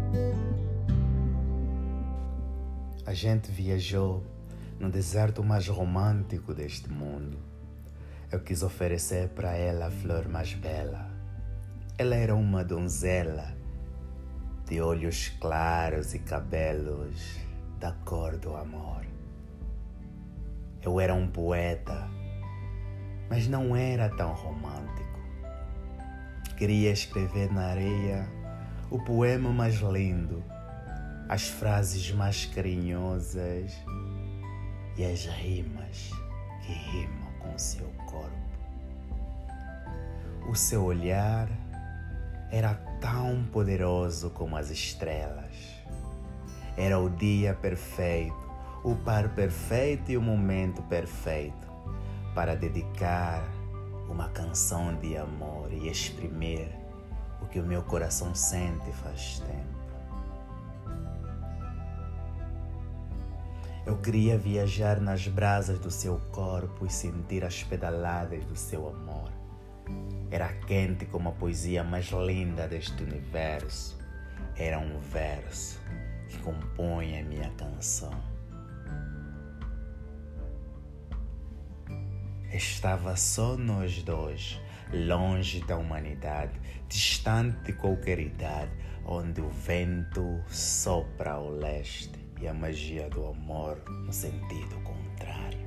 A gente viajou no deserto mais romântico deste mundo. Eu quis oferecer para ela a flor mais bela. Ela era uma donzela, de olhos claros e cabelos da cor do amor. Eu era um poeta, mas não era tão romântico. Queria escrever na areia o poema mais lindo, as frases mais carinhosas e as rimas que rimam com o seu corpo. O seu olhar era tão poderoso como as estrelas. Era o dia perfeito, o par perfeito e o momento perfeito para dedicar uma canção de amor e exprimir o que o meu coração sente faz tempo. Eu queria viajar nas brasas do seu corpo e sentir as pedaladas do seu amor. Era quente como a poesia mais linda deste universo. Era um verso que compõe a minha canção. Estava só nós dois, longe da humanidade, distante de qualquer idade, onde o vento sopra ao leste e a magia do amor no sentido contrário.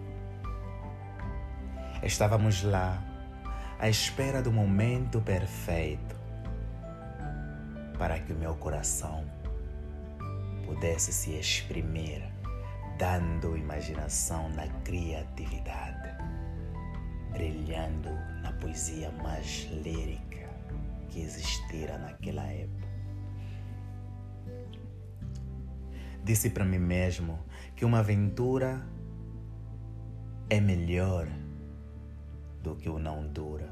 Estávamos lá, à espera do momento perfeito para que o meu coração pudesse se exprimir, dando imaginação na criatividade, brilhando na poesia mais lírica que existira naquela época. Disse para mim mesmo que uma aventura é melhor do que o não dura.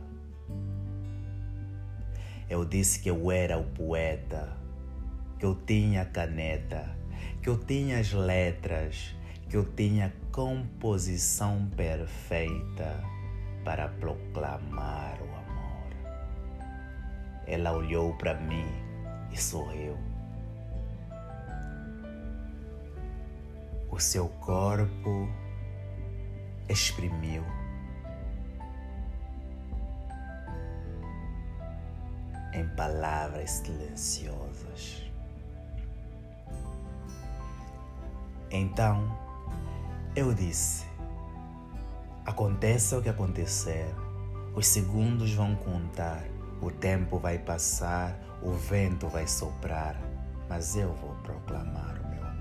Eu disse que eu era o poeta, que eu tinha a caneta, que eu tinha as letras, que eu tinha a composição perfeita para proclamar o amor. Ela olhou para mim e sorriu. O seu corpo exprimiu em palavras silenciosas. Então eu disse: aconteça o que acontecer, os segundos vão contar, o tempo vai passar, o vento vai soprar, mas eu vou proclamar o meu amor.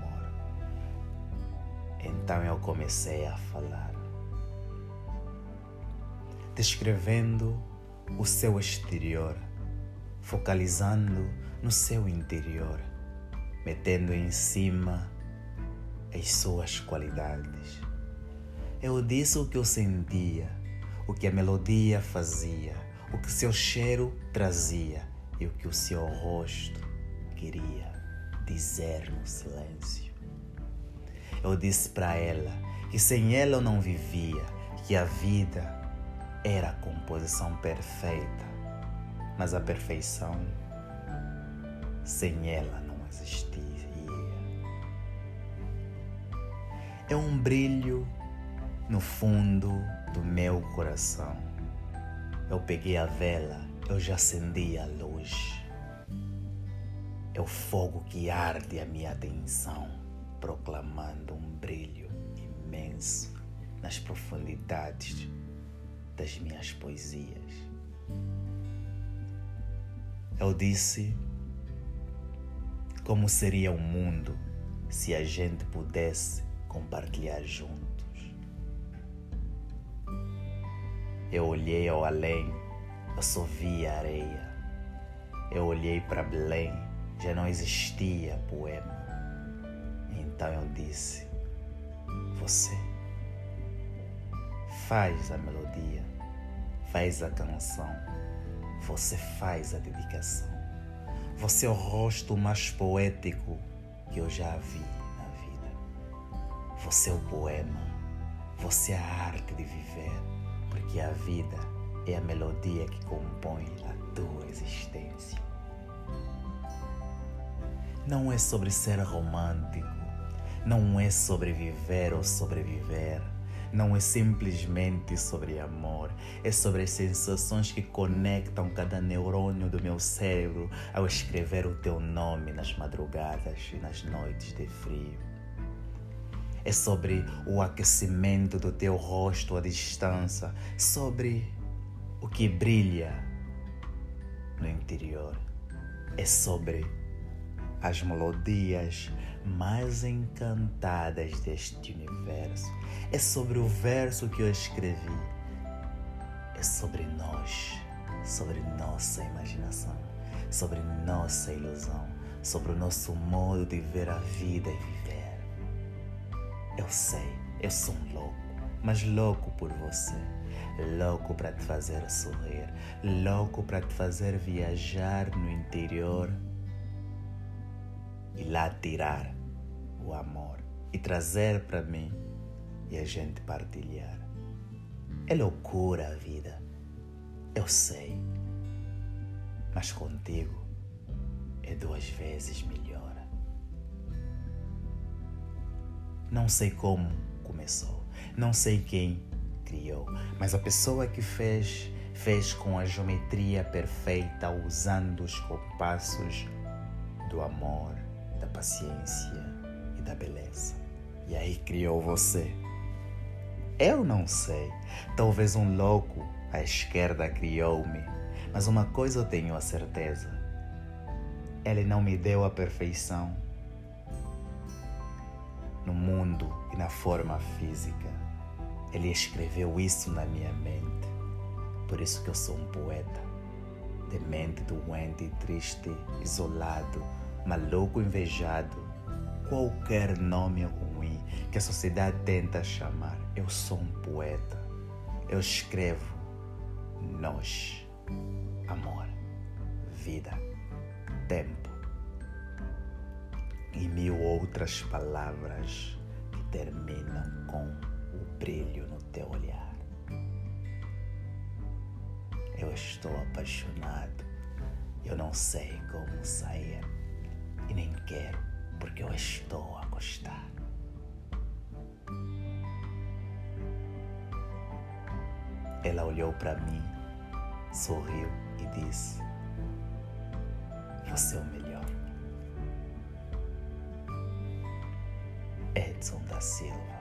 Então eu comecei a falar, descrevendo o seu exterior, focalizando no seu interior, metendo em cima as suas qualidades. Eu disse o que eu sentia, o que a melodia fazia, o que seu cheiro trazia e o que o seu rosto queria dizer no silêncio. Eu disse para ela que sem ela eu não vivia, que a vida era a composição perfeita, mas a perfeição sem ela não existiria. É um brilho no fundo do meu coração. Eu peguei a vela, eu já acendi a luz. É o fogo que arde a minha atenção, proclamando um brilho imenso nas profundidades das minhas poesias. Eu disse como seria o mundo se a gente pudesse compartilhar juntos. Eu olhei ao além, eu só via areia. Eu olhei para Belém, já não existia poema. Então eu disse: você faz a melodia, faz a canção, você faz a dedicação. Você é o rosto mais poético que eu já vi na vida. Você é o poema, você é a arte de viver, porque a vida é a melodia que compõe a tua existência. Não é sobre ser romântico, não é sobre viver ou sobreviver, não é simplesmente sobre amor, é sobre as sensações que conectam cada neurônio do meu cérebro ao escrever o teu nome nas madrugadas e nas noites de frio. É sobre o aquecimento do teu rosto à distância, sobre o que brilha no interior. É sobre as melodias mais encantadas deste universo. É sobre o verso que eu escrevi. É sobre nós, sobre nossa imaginação, sobre nossa ilusão, sobre o nosso modo de ver a vida e viver. Eu sei, eu sou um louco, mas louco por você. Louco para te fazer sorrir, louco para te fazer viajar no interior e lá tirar o amor e trazer para mim e a gente partilhar. É loucura a vida, eu sei, mas contigo é 2 vezes melhor. Não sei como começou, não sei quem criou, mas a pessoa que fez com a geometria perfeita, usando os compassos do amor, da paciência e da beleza. E aí criou você. Eu não sei, talvez um louco à esquerda criou-me, mas uma coisa eu tenho a certeza: ele não me deu a perfeição no mundo e na forma física. Ele escreveu isso na minha mente. Por isso que eu sou um poeta, demente, doente, triste, isolado, maluco, invejado, qualquer nome ruim que a sociedade tenta chamar. Eu sou um poeta. Eu escrevo nós, amor, vida, tempo e 1000 outras palavras que terminam com o brilho no teu olhar. Eu estou apaixonado. Eu não sei como sair e nem quero, porque eu estou a gostar. Ela olhou para mim, sorriu e disse: você é o melhor. Edson da Silva.